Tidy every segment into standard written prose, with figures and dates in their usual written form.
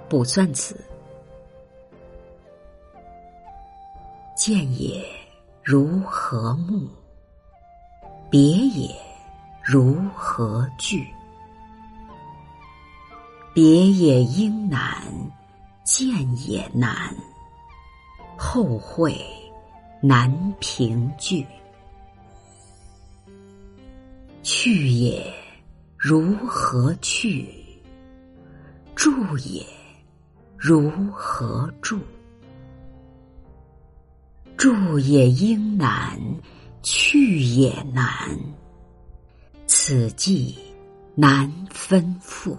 卜算子。见也如何目，别也如何惧。别也应难，见也难，后会难平句。去也如何去，住也如何住。住也应难，去也难，此际难分复。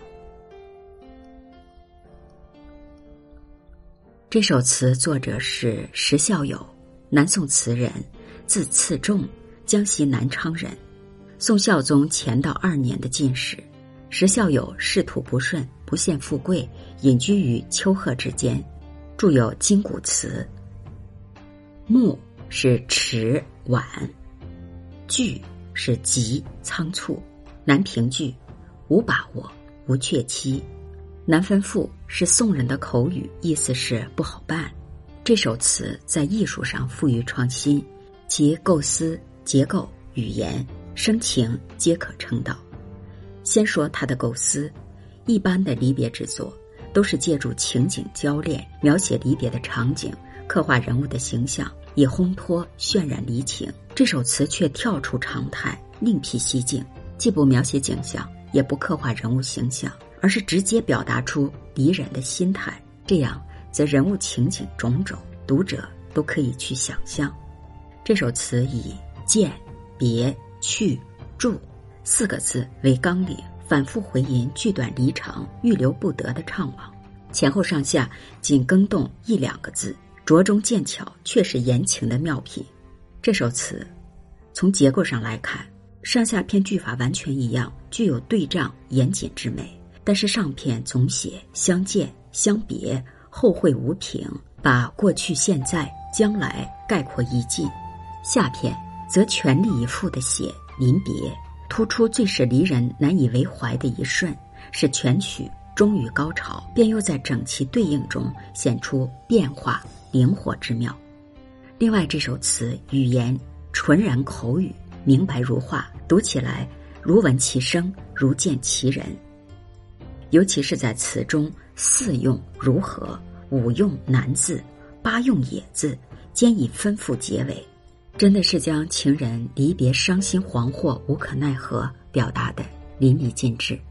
这首词作者是石孝友，南宋词人，字次仲，江西南昌人，宋孝宗乾道2年的进士。石孝友仕途不顺，不羡富贵，隐居于丘壑之间，著有《金谷词》。目是迟晚，惧是急仓促，难平句，无把握，无确期。难分复是宋人的口语，意思是不好办。这首词在艺术上富于创新，其构思、结构、语言、声情皆可称道。先说它的构思，一般的离别之作都是借助情景交恋，描写离别的场景，刻画人物的形象，以烘托渲染离情。这首词却跳出常态，另辟蹊径，既不描写景象，也不刻画人物形象，而是直接表达出离人的心态。这样则人物情景种种，读者都可以去想象。这首词以见、别、去、住4个字为纲领，反复回吟句短离长、预留不得的怅惘，前后上下仅更动1、2个字，着中见巧，却是言情的妙品。这首词从结构上来看，上下篇句法完全一样，具有对仗严谨之美，但是上篇总写相见、相别、后会无凭，把过去、现在、将来概括一尽；下篇则全力以赴地写临别，突出最使离人难以为怀的一瞬，使全曲终于高潮，便又在整齐对应中显出变化灵活之妙。另外，这首词语言纯然口语，明白如画，读起来如闻其声，如见其人。尤其是在词中4用如何、5用难字、8用也字，兼以分复结尾，真的是将情人离别伤心惶惑无可奈何表达的淋漓尽致。